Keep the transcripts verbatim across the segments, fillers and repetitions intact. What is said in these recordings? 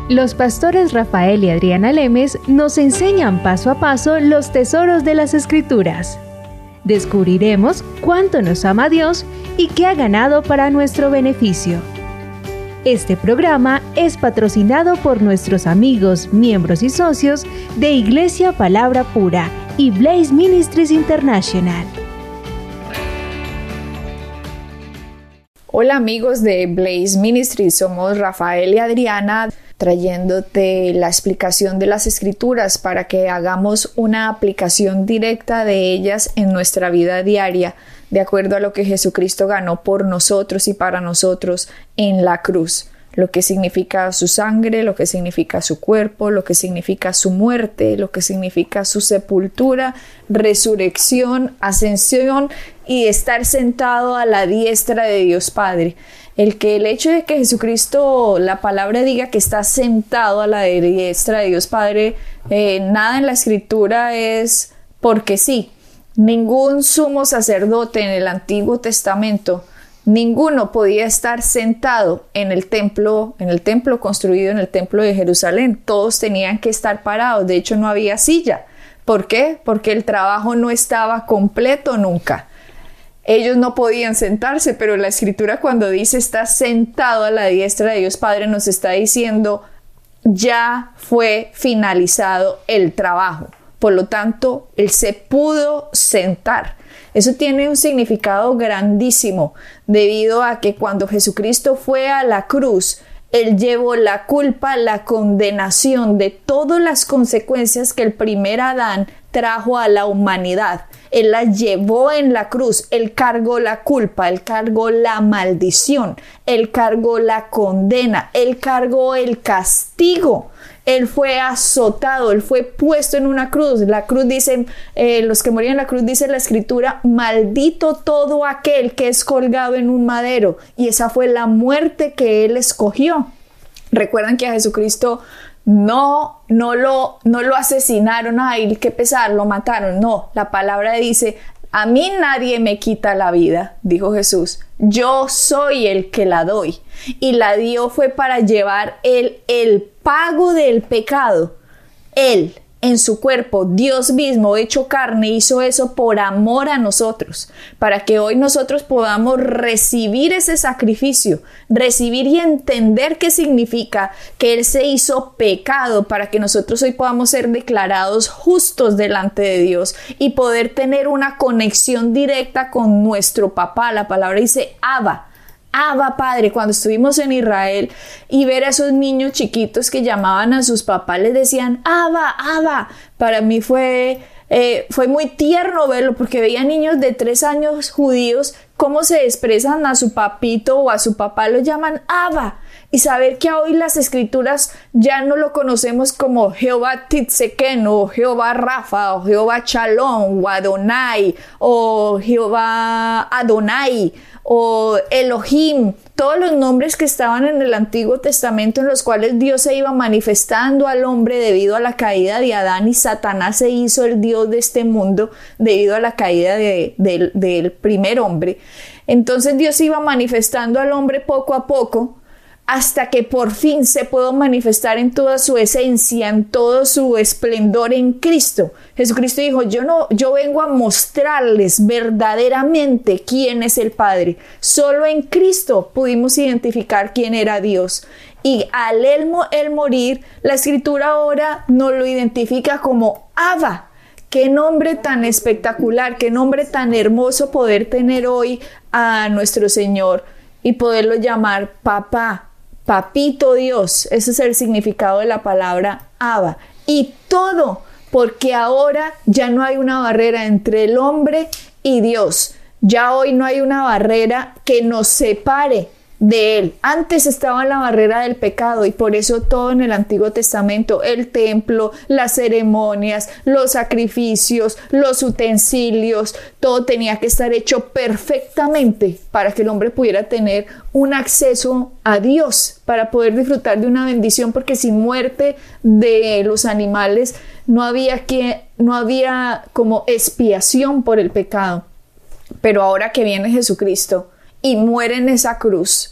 Los pastores Rafael y Adriana Lemes nos enseñan paso a paso los tesoros de las Escrituras. Descubriremos cuánto nos ama Dios y qué ha ganado para nuestro beneficio. Este programa es patrocinado por nuestros amigos, miembros y socios de Iglesia Palabra Pura y Blaze Ministries International. Hola amigos de Blaze Ministries, somos Rafael y Adriana trayéndote la explicación de las Escrituras para que hagamos una aplicación directa de ellas en nuestra vida diaria, de acuerdo a lo que Jesucristo ganó por nosotros y para nosotros en la cruz. Lo que significa su sangre, lo que significa su cuerpo, lo que significa su muerte, lo que significa su sepultura, resurrección, ascensión y estar sentado a la diestra de Dios Padre. El que el hecho de que Jesucristo, la palabra diga que está sentado a la diestra de Dios Padre, eh, nada en la Escritura es porque sí. Ningún sumo sacerdote en el Antiguo Testamento, ninguno podía estar sentado en el templo, en el templo construido en el templo de Jerusalén. Todos tenían que estar parados. De hecho, no había silla. ¿Por qué? Porque el trabajo no estaba completo nunca. Ellos no podían sentarse, pero la Escritura cuando dice está sentado a la diestra de Dios Padre nos está diciendo ya fue finalizado el trabajo. Por lo tanto, Él se pudo sentar. Eso tiene un significado grandísimo debido a que cuando Jesucristo fue a la cruz, Él llevó la culpa, la condenación de todas las consecuencias que el primer Adán trajo a la humanidad. Él la llevó en la cruz, Él cargó la culpa, Él cargó la maldición, Él cargó la condena, Él cargó el castigo. Él fue azotado, Él fue puesto en una cruz. La cruz dice, eh, los que morían en la cruz dice la Escritura, maldito todo aquel que es colgado en un madero. Y esa fue la muerte que Él escogió. Recuerdan que a Jesucristo no, no, lo, no lo asesinaron, ay, qué pesar, lo mataron. No, la palabra dice, a mí nadie me quita la vida, dijo Jesús. Yo soy el que la doy. Y la dio fue para llevar el, el pago del pecado. Él, en su cuerpo, Dios mismo hecho carne, hizo eso por amor a nosotros, para que hoy nosotros podamos recibir ese sacrificio, recibir y entender qué significa que Él se hizo pecado, para que nosotros hoy podamos ser declarados justos delante de Dios y poder tener una conexión directa con nuestro papá. La palabra dice Abba. Abba Padre, cuando estuvimos en Israel y ver a esos niños chiquitos que llamaban a sus papás, les decían Abba, Abba, para mí fue, eh, fue muy tierno verlo porque veía niños de tres años judíos cómo se expresan a su papito o a su papá, lo llaman Abba. Y saber que hoy las Escrituras ya no lo conocemos como Jehová Titzeken o Jehová Rafa o Jehová Shalom o Adonai o Jehová Adonai o Elohim, todos los nombres que estaban en el Antiguo Testamento en los cuales Dios se iba manifestando al hombre debido a la caída de Adán y Satanás se hizo el Dios de este mundo debido a la caída de, de, del primer hombre. Entonces Dios iba manifestando al hombre poco a poco hasta que por fin se pudo manifestar en toda su esencia, en todo su esplendor en Cristo. Jesucristo dijo, yo no, yo vengo a mostrarles verdaderamente quién es el Padre. Solo en Cristo pudimos identificar quién era Dios. Y al él, él morir, la Escritura ahora nos lo identifica como Abba. Qué nombre tan espectacular, qué nombre tan hermoso poder tener hoy a nuestro Señor y poderlo llamar papá. Papito Dios, ese es el significado de la palabra Abba. Y todo porque ahora ya no hay una barrera entre el hombre y Dios. Ya hoy no hay una barrera que nos separe de Él. Antes estaba la barrera del pecado y por eso todo en el Antiguo Testamento, el templo, las ceremonias, los sacrificios, los utensilios, todo tenía que estar hecho perfectamente para que el hombre pudiera tener un acceso a Dios, para poder disfrutar de una bendición, porque sin muerte de los animales no había que, no había como expiación por el pecado. Pero ahora que viene Jesucristo y muere en esa cruz,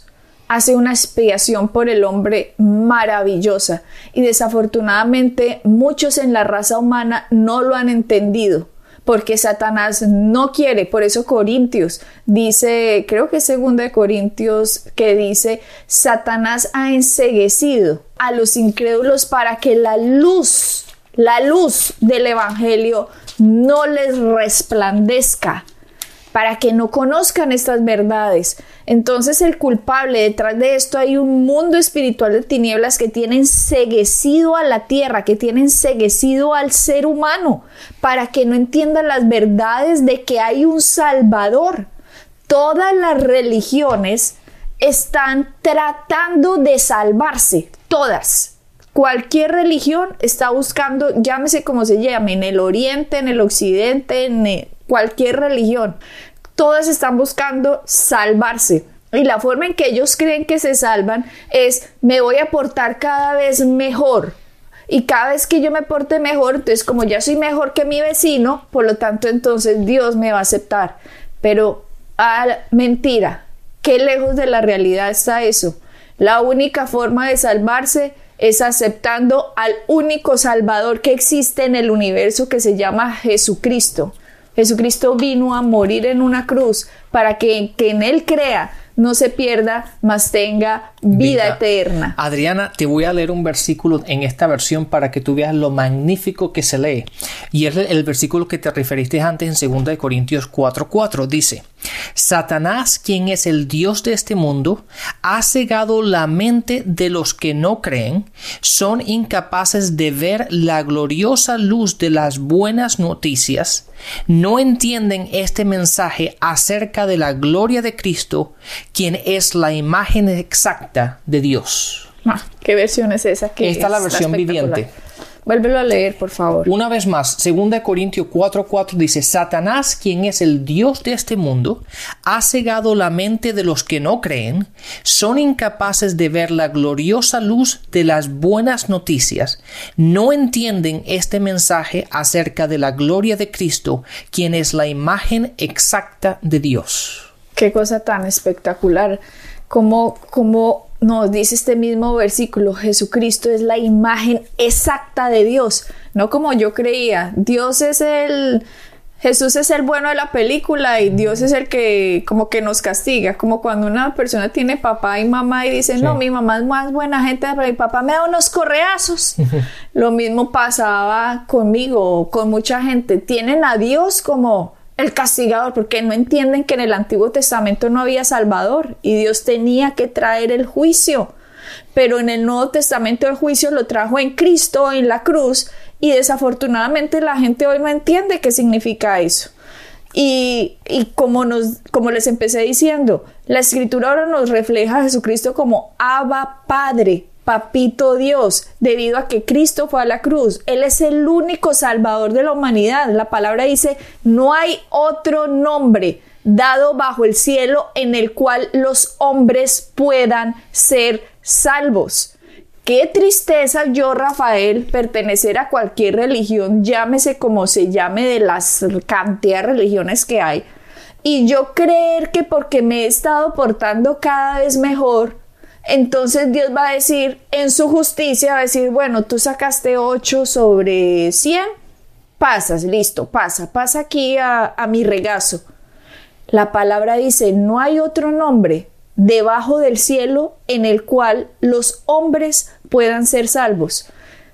hace una expiación por el hombre maravillosa, y desafortunadamente muchos en la raza humana no lo han entendido, porque Satanás no quiere. Por eso Corintios dice, creo que es segunda de Corintios, que dice: Satanás ha enceguecido a los incrédulos para que la luz, la luz del evangelio no les resplandezca, para que no conozcan estas verdades. Entonces el culpable, detrás de esto hay un mundo espiritual de tinieblas que tiene enceguecido a la tierra, que tiene enceguecido al ser humano, para que no entiendan las verdades de que hay un Salvador. Todas las religiones están tratando de salvarse, todas. Cualquier religión está buscando, llámese como se llame, en el oriente, en el occidente, en el, cualquier religión, todas están buscando salvarse. Y la forma en que ellos creen que se salvan es: me voy a portar cada vez mejor. Y cada vez que yo me porte mejor, entonces como ya soy mejor que mi vecino, por lo tanto entonces Dios me va a aceptar. Pero, ah, mentira, qué lejos de la realidad está eso. La única forma de salvarse es aceptando al único Salvador que existe en el universo, que se llama Jesucristo. Jesucristo vino a morir en una cruz para que, que en Él crea no se pierda, mas tenga vida, vida eterna. Adriana, te voy a leer un versículo en esta versión para que tú veas lo magnífico que se lee. Y es el versículo que te referiste antes en segunda de Corintios cuatro cuatro. Dice: Satanás, quien es el Dios de este mundo, ha cegado la mente de los que no creen, son incapaces de ver la gloriosa luz de las buenas noticias, no entienden este mensaje acerca de la gloria de Cristo, quien es la imagen exacta de Dios. Ah, ¿qué versión es esa? Que Esta es la versión viviente. Vuélvelo a leer, por favor. Una vez más, segunda de Corintios cuatro cuatro dice: Satanás, quien es el Dios de este mundo, ha cegado la mente de los que no creen, son incapaces de ver la gloriosa luz de las buenas noticias, no entienden este mensaje acerca de la gloria de Cristo, quien es la imagen exacta de Dios. Qué cosa tan espectacular. Como, como nos dice este mismo versículo, Jesucristo es la imagen exacta de Dios, no como yo creía. Dios es el, Jesús es el bueno de la película y Dios es el que como que nos castiga, como cuando una persona tiene papá y mamá y dice: sí, no, mi mamá es más buena gente, pero mi papá me da unos correazos. Lo mismo pasaba conmigo, con mucha gente. Tienen a Dios como el castigador, porque no entienden que en el Antiguo Testamento no había Salvador y Dios tenía que traer el juicio, pero en el Nuevo Testamento el juicio lo trajo en Cristo, en la cruz, y desafortunadamente la gente hoy no entiende qué significa eso. Y, y como, nos, como les empecé diciendo, la Escritura ahora nos refleja a Jesucristo como Abba Padre, Papito Dios, debido a que Cristo fue a la cruz. Él es el único Salvador de la humanidad. La palabra dice: no hay otro nombre dado bajo el cielo en el cual los hombres puedan ser salvos. Qué tristeza yo, Rafael, pertenecer a cualquier religión, llámese como se llame, de las cantidad de religiones que hay, y yo creer que porque me he estado portando cada vez mejor, entonces Dios va a decir, en su justicia, va a decir: bueno, tú sacaste ocho sobre cien, pasas, listo, pasa, pasa aquí a, a mi regazo. La palabra dice: no hay otro nombre debajo del cielo en el cual los hombres puedan ser salvos.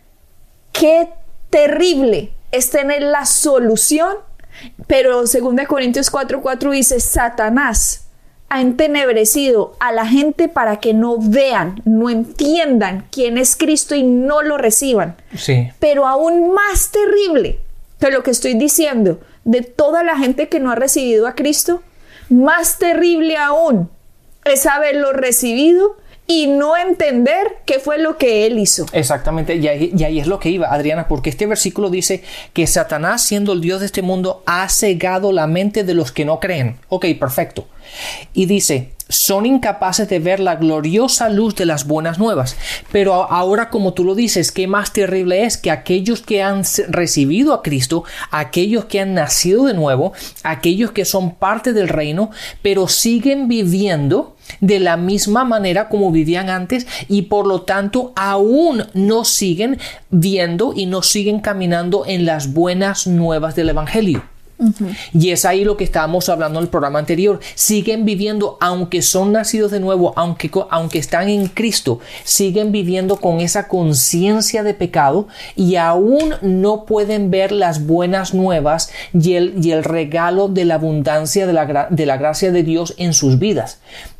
Qué terrible es tener la solución, pero segunda de Corintios cuatro cuatro dice: Satanás ha entenebrecido a la gente para que no vean, no entiendan quién es Cristo y no lo reciban. Sí. Pero aún más terrible que lo que estoy diciendo de toda la gente que no ha recibido a Cristo, más terrible aún es haberlo recibido y no entender qué fue lo que Él hizo. Exactamente, y ahí, y ahí es lo que iba, Adriana, porque este versículo dice que Satanás, siendo el Dios de este mundo, ha cegado la mente de los que no creen. Ok, perfecto. Y dice: son incapaces de ver la gloriosa luz de las buenas nuevas. Pero ahora, como tú lo dices, qué más terrible es que aquellos que han recibido a Cristo, aquellos que han nacido de nuevo, aquellos que son parte del reino, pero siguen viviendo de la misma manera como vivían antes y por lo tanto aún no siguen viendo y no siguen caminando en las buenas nuevas del Evangelio. Uh-huh. Y es ahí lo que estábamos hablando en el programa anterior. Siguen viviendo, aunque son nacidos de nuevo, aunque, aunque están en Cristo, siguen viviendo con esa conciencia de pecado y aún no pueden ver las buenas nuevas y el, y el regalo de la abundancia de la, de la gracia de Dios en sus vidas.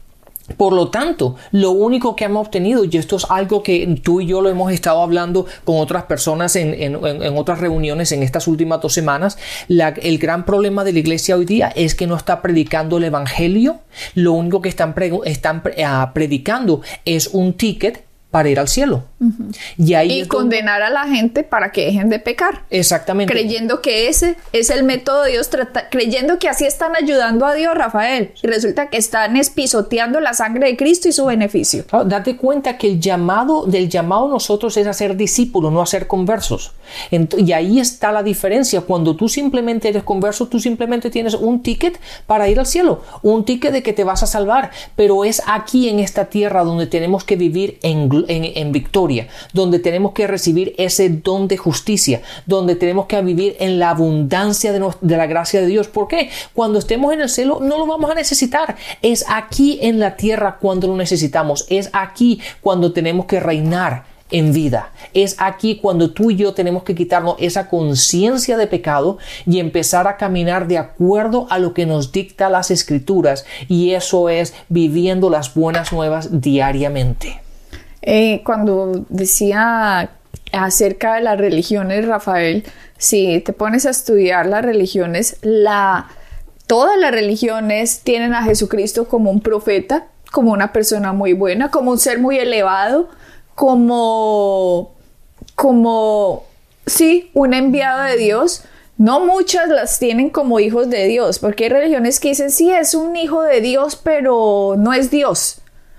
Por lo tanto, lo único que hemos obtenido, y esto es algo que tú y yo lo hemos estado hablando con otras personas en, en, en otras reuniones en estas últimas dos semanas, la, el gran problema de la iglesia hoy día es que no está predicando el evangelio. Lo único que están, pre, están uh, predicando es un ticket para ir al cielo. Uh-huh. Y, ahí y condenar donde... a la gente para que dejen de pecar. Exactamente. Creyendo que ese es el método de Dios, trata... creyendo que así están ayudando a Dios, Rafael. Y resulta que están pisoteando la sangre de Cristo y su beneficio. Claro, date cuenta que el llamado del llamado a nosotros es a ser discípulos, no a ser conversos. Ent- y ahí está la diferencia. Cuando tú simplemente eres converso, tú simplemente tienes un ticket para ir al cielo. Un ticket de que te vas a salvar. Pero es aquí en esta tierra donde tenemos que vivir en En, en victoria, donde tenemos que recibir ese don de justicia, donde tenemos que vivir en la abundancia de, no, de la gracia de Dios. ¿Por qué? Cuando estemos en el cielo no lo vamos a necesitar. Es aquí en la tierra cuando lo necesitamos. Es aquí cuando tenemos que reinar en vida. Es aquí cuando tú y yo tenemos que quitarnos esa conciencia de pecado y empezar a caminar de acuerdo a lo que nos dicta las Escrituras, y eso es viviendo las buenas nuevas diariamente. Eh, cuando decía acerca de las religiones, Rafael, si te pones a estudiar las religiones, la, todas las religiones tienen a Jesucristo como un profeta, como una persona muy buena, como un ser muy elevado, como, como, sí, un enviado de Dios. No muchas las tienen como hijos de Dios, porque hay religiones que dicen, sí, es un hijo de Dios, pero no es Dios.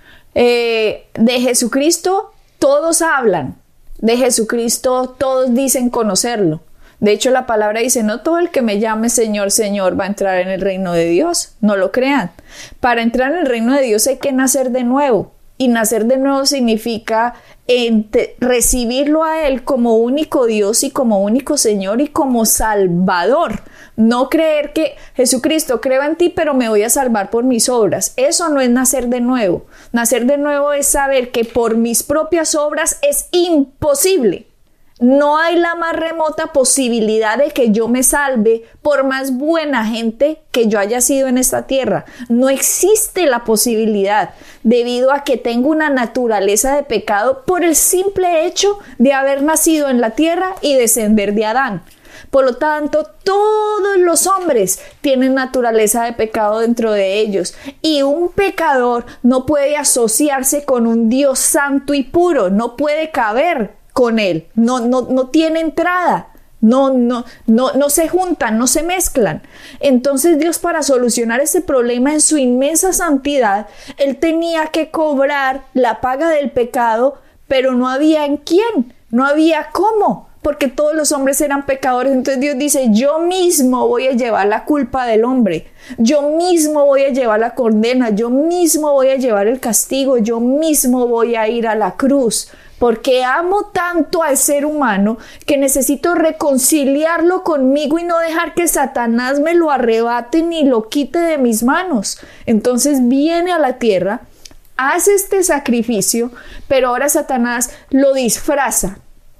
Eh, de Jesucristo todos hablan, de Jesucristo todos dicen conocerlo. De hecho, la palabra dice, no todo el que me llame Señor, Señor va a entrar en el reino de Dios. No lo crean. Para entrar en el reino de Dios hay que nacer de nuevo. Y nacer de nuevo significa ente- recibirlo a Él como único Dios y como único Señor y como Salvador. No creer que Jesucristo, creo en ti, pero me voy a salvar por mis obras. Eso no es nacer de nuevo. Nacer de nuevo es saber que por mis propias obras es imposible. No hay la más remota posibilidad de que yo me salve por más buena gente que yo haya sido en esta tierra. No existe la posibilidad, debido a que tengo una naturaleza de pecado por el simple hecho de haber nacido en la tierra y descender de Adán. Por lo tanto, todos los hombres tienen naturaleza de pecado dentro de ellos, y un pecador no puede asociarse con un Dios santo y puro, no puede caber con él, no, no, no tiene entrada, no, no, no, no se juntan, no se mezclan. Entonces Dios, para solucionar ese problema en su inmensa santidad, Él tenía que cobrar la paga del pecado, pero no había en quién, no había cómo, porque todos los hombres eran pecadores. Entonces Dios dice, yo mismo voy a llevar la culpa del hombre, yo mismo voy a llevar la condena, yo mismo voy a llevar el castigo, yo mismo voy a ir a la cruz, porque amo tanto al ser humano que necesito reconciliarlo conmigo y no dejar que Satanás me lo arrebate ni lo quite de mis manos. Entonces viene a la tierra, hace este sacrificio, pero ahora Satanás lo disfraza,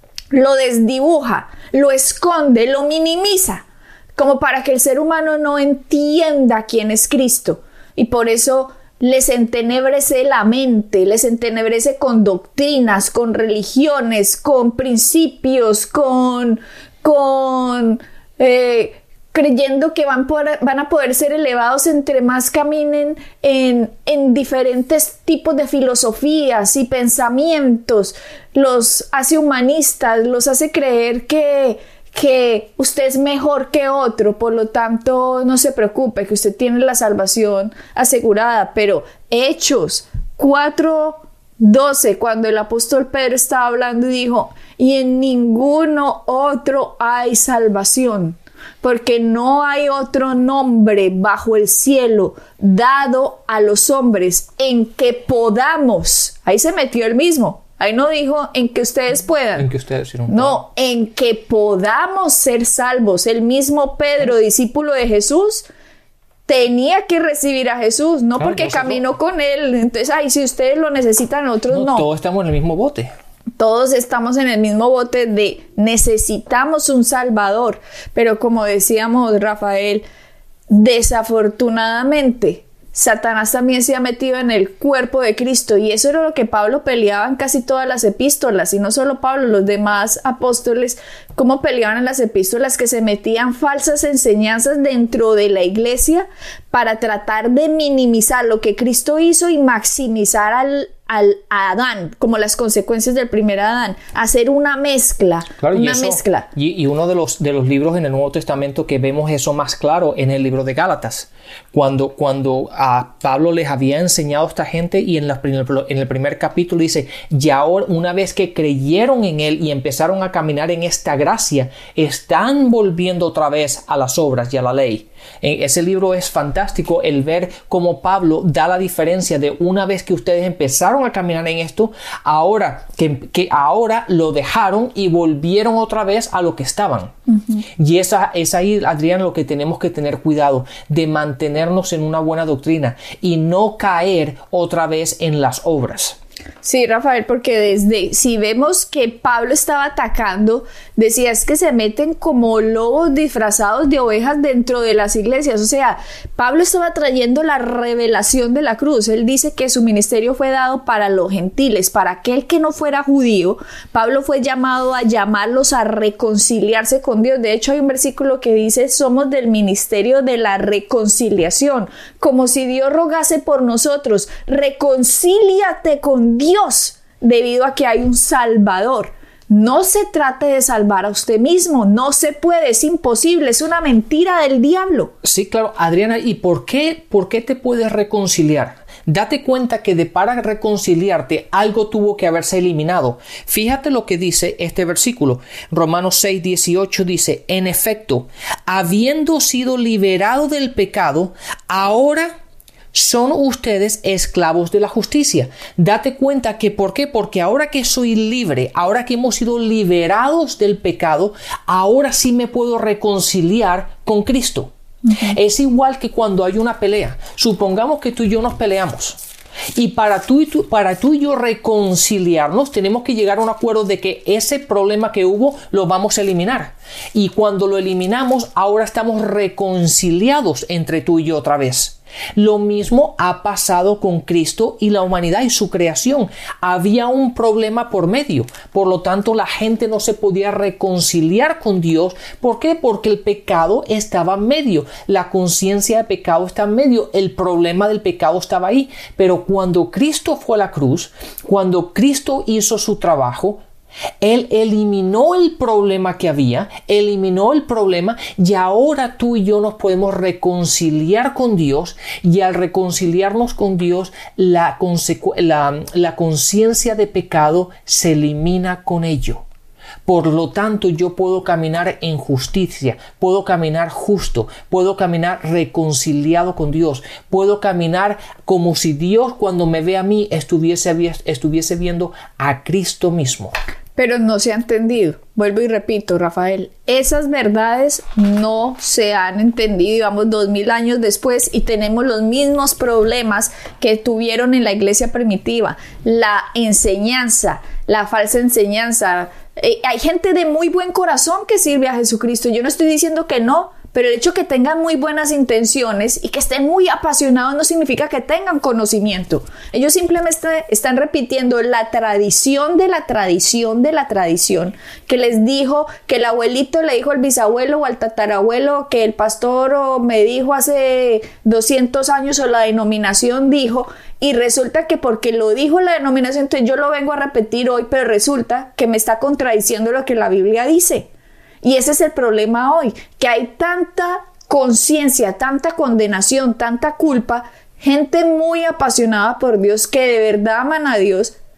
lo desdibuja, lo esconde, lo minimiza, como para que el ser humano no entienda quién es Cristo. Y por eso les entenebrece la mente, les entenebrece con doctrinas, con religiones, con principios, con, con eh, creyendo que van, por, van a poder ser elevados entre más caminen en, en diferentes tipos de filosofías y pensamientos. Los hace humanistas, los hace creer que, que usted es mejor que otro, por lo tanto no se preocupe, que usted tiene la salvación asegurada. Pero Hechos cuatro doce, cuando el apóstol Pedro estaba hablando, dijo, y en ninguno otro hay salvación, porque no hay otro nombre bajo el cielo dado a los hombres en que podamos, ahí se metió él mismo, ahí no dijo en que ustedes puedan, en que ustedes sino no, en que podamos ser salvos. El mismo Pedro, discípulo de Jesús, tenía que recibir a Jesús, no claro, porque caminó no. con él. Entonces, ay, si ustedes lo necesitan, nosotros no, no. Todos estamos en el mismo bote. Todos estamos en el mismo bote de necesitamos un Salvador. Pero como decíamos, Rafael, desafortunadamente, Satanás también se ha metido en el cuerpo de Cristo, y eso era lo que Pablo peleaba en casi todas las epístolas, y no solo Pablo, los demás apóstoles, cómo peleaban en las epístolas, que se metían falsas enseñanzas dentro de la iglesia para tratar de minimizar lo que Cristo hizo y maximizar al, al a Adán, como las consecuencias del primer Adán, hacer una mezcla, claro, una y eso, mezcla. Y, y uno de los, de los libros en el Nuevo Testamento que vemos eso más claro en el libro de Gálatas, cuando, cuando a Pablo les había enseñado a esta gente, y en, la, en el primer capítulo dice, y ahora una vez que creyeron en él y empezaron a caminar en esta gracia, están volviendo otra vez a las obras y a la ley. Ese libro es fantástico, el ver cómo Pablo da la diferencia de una vez que ustedes empezaron a caminar en esto, ahora que, que ahora lo dejaron y volvieron otra vez a lo que estaban. Uh-huh. Y esa, es ahí, Adrián, lo que tenemos que tener cuidado, de mantenernos en una buena doctrina y no caer otra vez en las obras. Sí, Rafael, porque desde, si vemos que Pablo estaba atacando, decía es que se meten como lobos disfrazados de ovejas dentro de las iglesias. O sea, Pablo estaba trayendo la revelación de la cruz. Él dice que su ministerio fue dado para los gentiles, para aquel que no fuera judío. Pablo fue llamado a llamarlos a reconciliarse con Dios. De hecho, hay un versículo que dice, somos del ministerio de la reconciliación, como si Dios rogase por nosotros, reconcíliate con Dios, debido a que hay un Salvador. No se trate de salvar a usted mismo, no se puede, es imposible, es una mentira del diablo. Sí, claro, Adriana, ¿y por qué, por qué te puedes reconciliar? Date cuenta que de para reconciliarte algo tuvo que haberse eliminado. Fíjate lo que dice este versículo. Romanos seis dieciocho dice, en efecto, habiendo sido liberado del pecado, ahora son ustedes esclavos de la justicia. Date cuenta que ¿por qué? Porque ahora que soy libre, ahora que hemos sido liberados del pecado, ahora sí me puedo reconciliar con Cristo. Uh-huh. Es igual que cuando hay una pelea. Supongamos que tú y yo nos peleamos. Y para tú, y tú, para tú y yo reconciliarnos, tenemos que llegar a un acuerdo de que ese problema que hubo lo vamos a eliminar. Y cuando lo eliminamos, ahora estamos reconciliados entre tú y yo otra vez. Lo mismo ha pasado con Cristo y la humanidad y su creación. Había un problema por medio. Por lo tanto, la gente no se podía reconciliar con Dios. ¿Por qué? Porque el pecado estaba en medio. La conciencia de pecado está en medio. El problema del pecado estaba ahí. Pero cuando Cristo fue a la cruz, cuando Cristo hizo su trabajo, Él eliminó el problema que había, eliminó el problema, y ahora tú y yo nos podemos reconciliar con Dios, y al reconciliarnos con Dios, la, consecu- la, la conciencia de pecado se elimina con ello. Por lo tanto, yo puedo caminar en justicia, puedo caminar justo, puedo caminar reconciliado con Dios, puedo caminar como si Dios, cuando me ve a mí, estuviese, estuviese viendo a Cristo mismo. Pero no se ha entendido. Vuelvo y repito, Rafael, esas verdades no se han entendido y vamos dos mil años después y tenemos los mismos problemas que tuvieron en la iglesia primitiva. La enseñanza, la falsa enseñanza. Eh, hay gente de muy buen corazón que sirve a Jesucristo. Yo no estoy diciendo que no, pero el hecho que tengan muy buenas intenciones y que estén muy apasionados no significa que tengan conocimiento. Ellos simplemente están repitiendo la tradición de la tradición de la tradición que les dijo, que el abuelito le dijo al bisabuelo o al tatarabuelo, que el pastor o me dijo hace doscientos años o la denominación dijo, y resulta que porque lo dijo la denominación, entonces yo lo vengo a repetir hoy, pero resulta que me está contradiciendo lo que la Biblia dice. Y ese es el problema hoy, que hay tanta conciencia, tanta condenación, tanta culpa, gente muy apasionada por Dios que de verdad aman a Dios,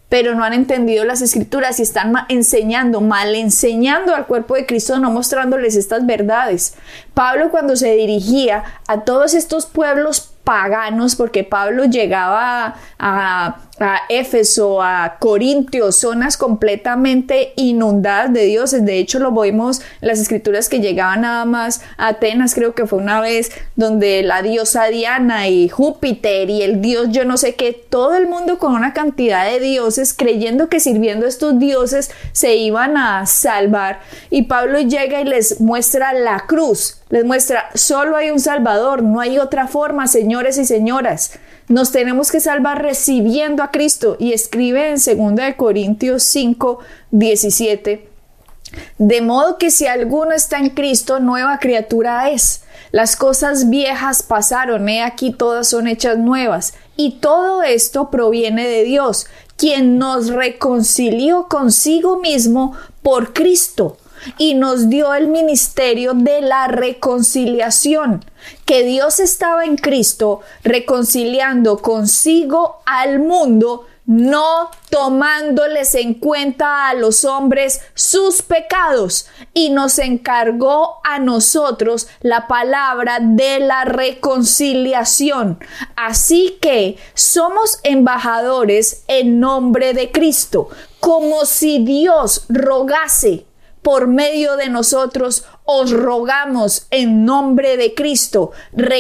pero no han entendido las escrituras y están enseñando, mal enseñando al cuerpo de Cristo, no mostrándoles estas verdades. Pablo, cuando se dirigía a todos estos pueblos paganos, porque Pablo llegaba a, a Éfeso, a Corintios, zonas completamente inundadas de dioses. De hecho, lo vimos en las escrituras que llegaban nada más a Atenas, creo que fue una vez, donde la diosa Diana y Júpiter y el dios yo no sé qué, todo el mundo con una cantidad de dioses, creyendo que sirviendo a estos dioses se iban a salvar. Y Pablo llega y les muestra la cruz. Les muestra, solo hay un Salvador, no hay otra forma, señores y señoras. Nos tenemos que salvar recibiendo a Cristo. Y escribe en segunda de Corintios cinco, diecisiete. De modo que si alguno está en Cristo, nueva criatura es. Las cosas viejas pasaron, he aquí todas son hechas nuevas. Y todo esto proviene de Dios, quien nos reconcilió consigo mismo por Cristo y nos dio el ministerio de la reconciliación, que Dios estaba en Cristo reconciliando consigo al mundo, no tomándoles en cuenta a los hombres sus pecados, y nos encargó a nosotros la palabra de la reconciliación. Así que somos embajadores en nombre de Cristo, como si Dios rogase por medio de nosotros. Os rogamos en nombre de Cristo,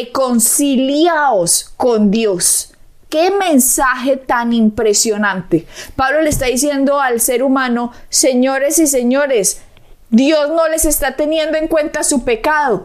reconciliaos con Dios. ¡Qué mensaje tan impresionante! Pablo le está diciendo al ser humano, señores y señores, Dios no les está teniendo en cuenta su pecado.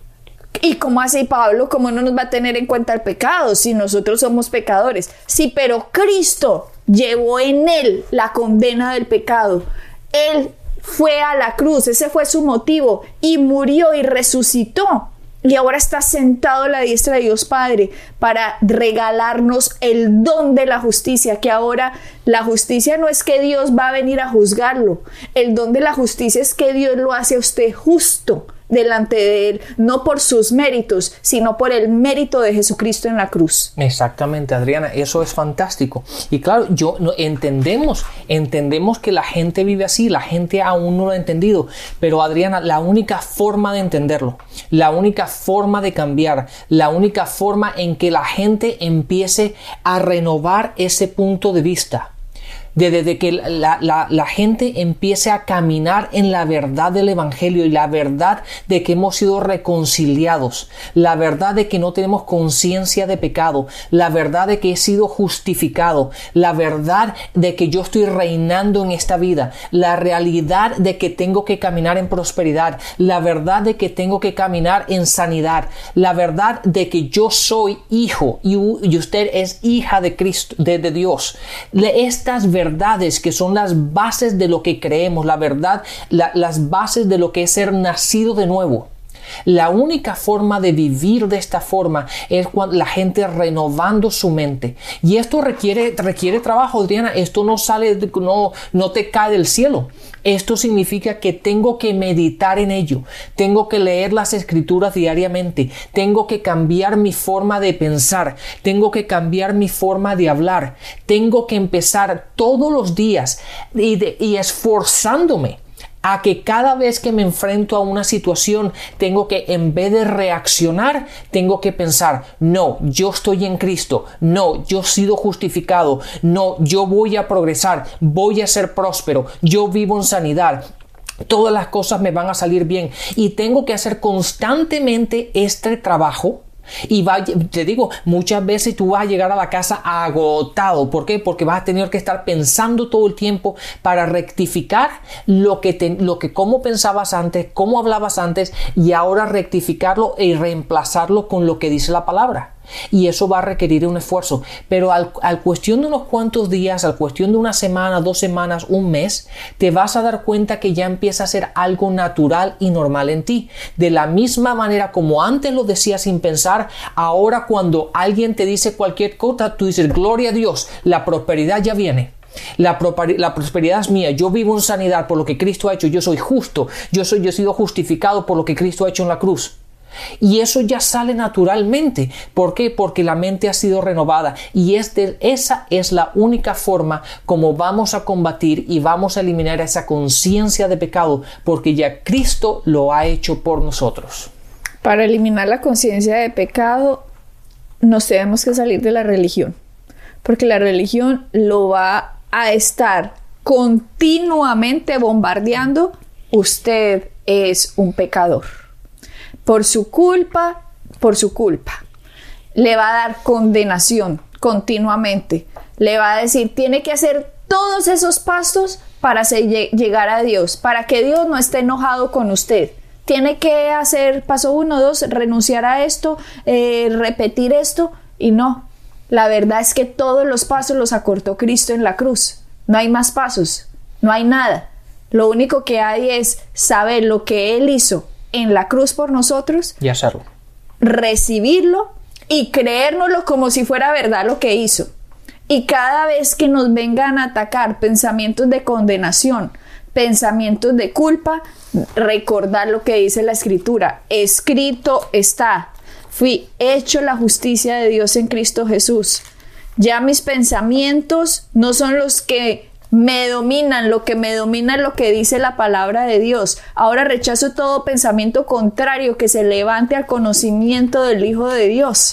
¿Y cómo hace Pablo? ¿Cómo no nos va a tener en cuenta el pecado si nosotros somos pecadores? Sí, pero Cristo llevó en él la condena del pecado. Él fue a la cruz, ese fue su motivo, y murió y resucitó. Y ahora está sentado a la diestra de Dios Padre para regalarnos el don de la justicia, que ahora la justicia no es que Dios va a venir a juzgarlo. El don de la justicia es que Dios lo hace a usted justo delante de él, no por sus méritos, sino por el mérito de Jesucristo en la cruz. Exactamente, Adriana, eso es fantástico. Y claro, yo no, entendemos, entendemos que la gente vive así, la gente aún no lo ha entendido, pero Adriana, la única forma de entenderlo, la única forma de cambiar, la única forma en que la gente empiece a renovar ese punto de vista, desde que la, la, la gente empiece a caminar en la verdad del Evangelio y la verdad de que hemos sido reconciliados, la verdad de que no tenemos conciencia de pecado, la verdad de que he sido justificado, la verdad de que yo estoy reinando en esta vida, la realidad de que tengo que caminar en prosperidad, la verdad de que tengo que caminar en sanidad, la verdad de que yo soy hijo y, y usted es hija de Cristo, de, de Dios. Estas verdades verdades que son las bases de lo que creemos, la verdad, la, las bases de lo que es ser nacido de nuevo. La única forma de vivir de esta forma es cuando la gente renovando su mente. Y esto requiere, requiere trabajo, Adriana. Esto no sale, no, no te cae del cielo. Esto significa que tengo que meditar en ello. Tengo que leer las escrituras diariamente. Tengo que cambiar mi forma de pensar. Tengo que cambiar mi forma de hablar. Tengo que empezar todos los días y, de, y esforzándome a que cada vez que me enfrento a una situación tengo que, en vez de reaccionar, tengo que pensar, no, yo estoy en Cristo, no, yo he sido justificado, no, yo voy a progresar, voy a ser próspero, yo vivo en sanidad. Todas las cosas me van a salir bien y tengo que hacer constantemente este trabajo. Y va, te digo, muchas veces tú vas a llegar a la casa agotado. ¿Por qué? Porque vas a tener que estar pensando todo el tiempo para rectificar lo que, te, lo que cómo pensabas antes, cómo hablabas antes, y ahora rectificarlo y reemplazarlo con lo que dice la palabra. Y eso va a requerir un esfuerzo, pero al, al cuestión de unos cuantos días, al cuestión de una semana, dos semanas, un mes, te vas a dar cuenta que ya empieza a ser algo natural y normal en ti. De la misma manera como antes lo decías sin pensar, ahora cuando alguien te dice cualquier cosa, tú dices, gloria a Dios, la prosperidad ya viene. La, la prosperidad es mía, yo vivo en sanidad por lo que Cristo ha hecho, yo soy justo, yo, soy, yo he sido justificado por lo que Cristo ha hecho en la cruz. Y eso ya sale naturalmente. ¿Por qué? Porque la mente ha sido renovada. Y este, esa es la única forma como vamos a combatir y vamos a eliminar esa conciencia de pecado, porque ya Cristo lo ha hecho por nosotros. Para eliminar la conciencia de pecado, nos tenemos que salir de la religión. Porque la religión lo va a estar continuamente bombardeando. Usted es un pecador. Por su culpa, por su culpa. Le va a dar condenación continuamente. Le va a decir, tiene que hacer todos esos pasos para se- llegar a Dios, para que Dios no esté enojado con usted. Tiene que hacer paso uno, dos, renunciar a esto, eh, repetir esto, y no. La verdad es que todos los pasos los acortó Cristo en la cruz. No hay más pasos, no hay nada. Lo único que hay es saber lo que Él hizo en la cruz por nosotros, Y hacerlo. recibirlo y creérnoslo como si fuera verdad lo que hizo. Y cada vez que nos vengan a atacar pensamientos de condenación, pensamientos de culpa, recordar lo que dice la Escritura. Escrito está. Fui hecho la justicia de Dios en Cristo Jesús. Ya mis pensamientos no son los que me dominan, lo que me domina es lo que dice la palabra de Dios. Ahora rechazo todo pensamiento contrario que se levante al conocimiento del Hijo de Dios.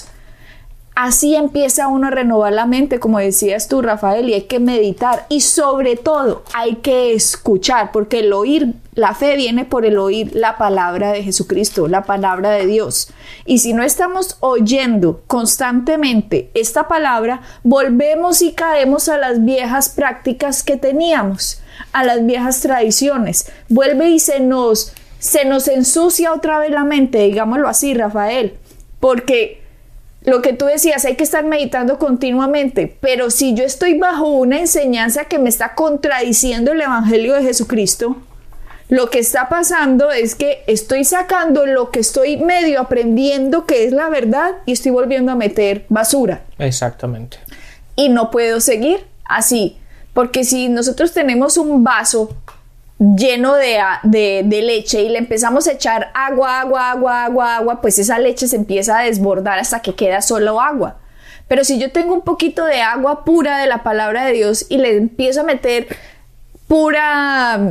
Así empieza uno a renovar la mente, como decías tú, Rafael, y hay que meditar y sobre todo hay que escuchar, porque el oír, la fe viene por el oír la palabra de Jesucristo, la palabra de Dios. Y si no estamos oyendo constantemente esta palabra, volvemos y caemos a las viejas prácticas que teníamos, a las viejas tradiciones. Vuelve y se nos, se nos ensucia otra vez la mente, digámoslo así, Rafael, porque lo que tú decías, hay que estar meditando continuamente, pero si yo estoy bajo una enseñanza que me está contradiciendo el Evangelio de Jesucristo, lo que está pasando es que estoy sacando lo que estoy medio aprendiendo que es la verdad y estoy volviendo a meter basura. Exactamente. Y no puedo seguir así, porque si nosotros tenemos un vaso lleno de, de, de leche y le empezamos a echar agua, agua, agua, agua, agua, pues esa leche se empieza a desbordar hasta que queda solo agua. Pero si yo tengo un poquito de agua pura de la palabra de Dios y le empiezo a meter pura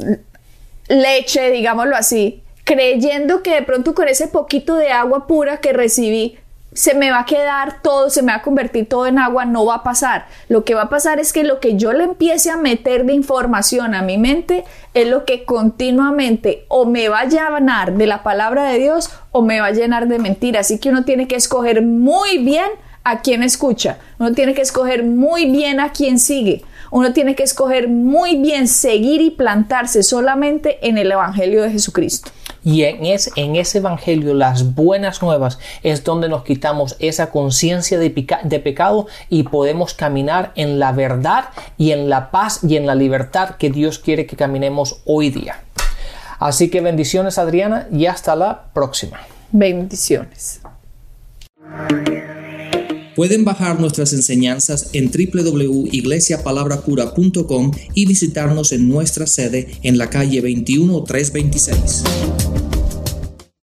leche, digámoslo así, creyendo que de pronto con ese poquito de agua pura que recibí se me va a quedar todo, se me va a convertir todo en agua, no va a pasar. Lo que va a pasar es que lo que yo le empiece a meter de información a mi mente es lo que continuamente o me va a llenar de la palabra de Dios o me va a llenar de mentiras. Así que uno tiene que escoger muy bien a quién escucha, uno tiene que escoger muy bien a quién sigue, uno tiene que escoger muy bien seguir y plantarse solamente en el Evangelio de Jesucristo. Y en ese, en ese evangelio, las buenas nuevas, es donde nos quitamos esa conciencia de, de pecado y podemos caminar en la verdad y en la paz y en la libertad que Dios quiere que caminemos hoy día. Así que bendiciones, Adriana, y hasta la próxima. Bendiciones. Pueden bajar nuestras enseñanzas en doble u doble u doble u punto iglesia palabra cura punto com y visitarnos en nuestra sede en la calle veintiuno trescientos veintiséis.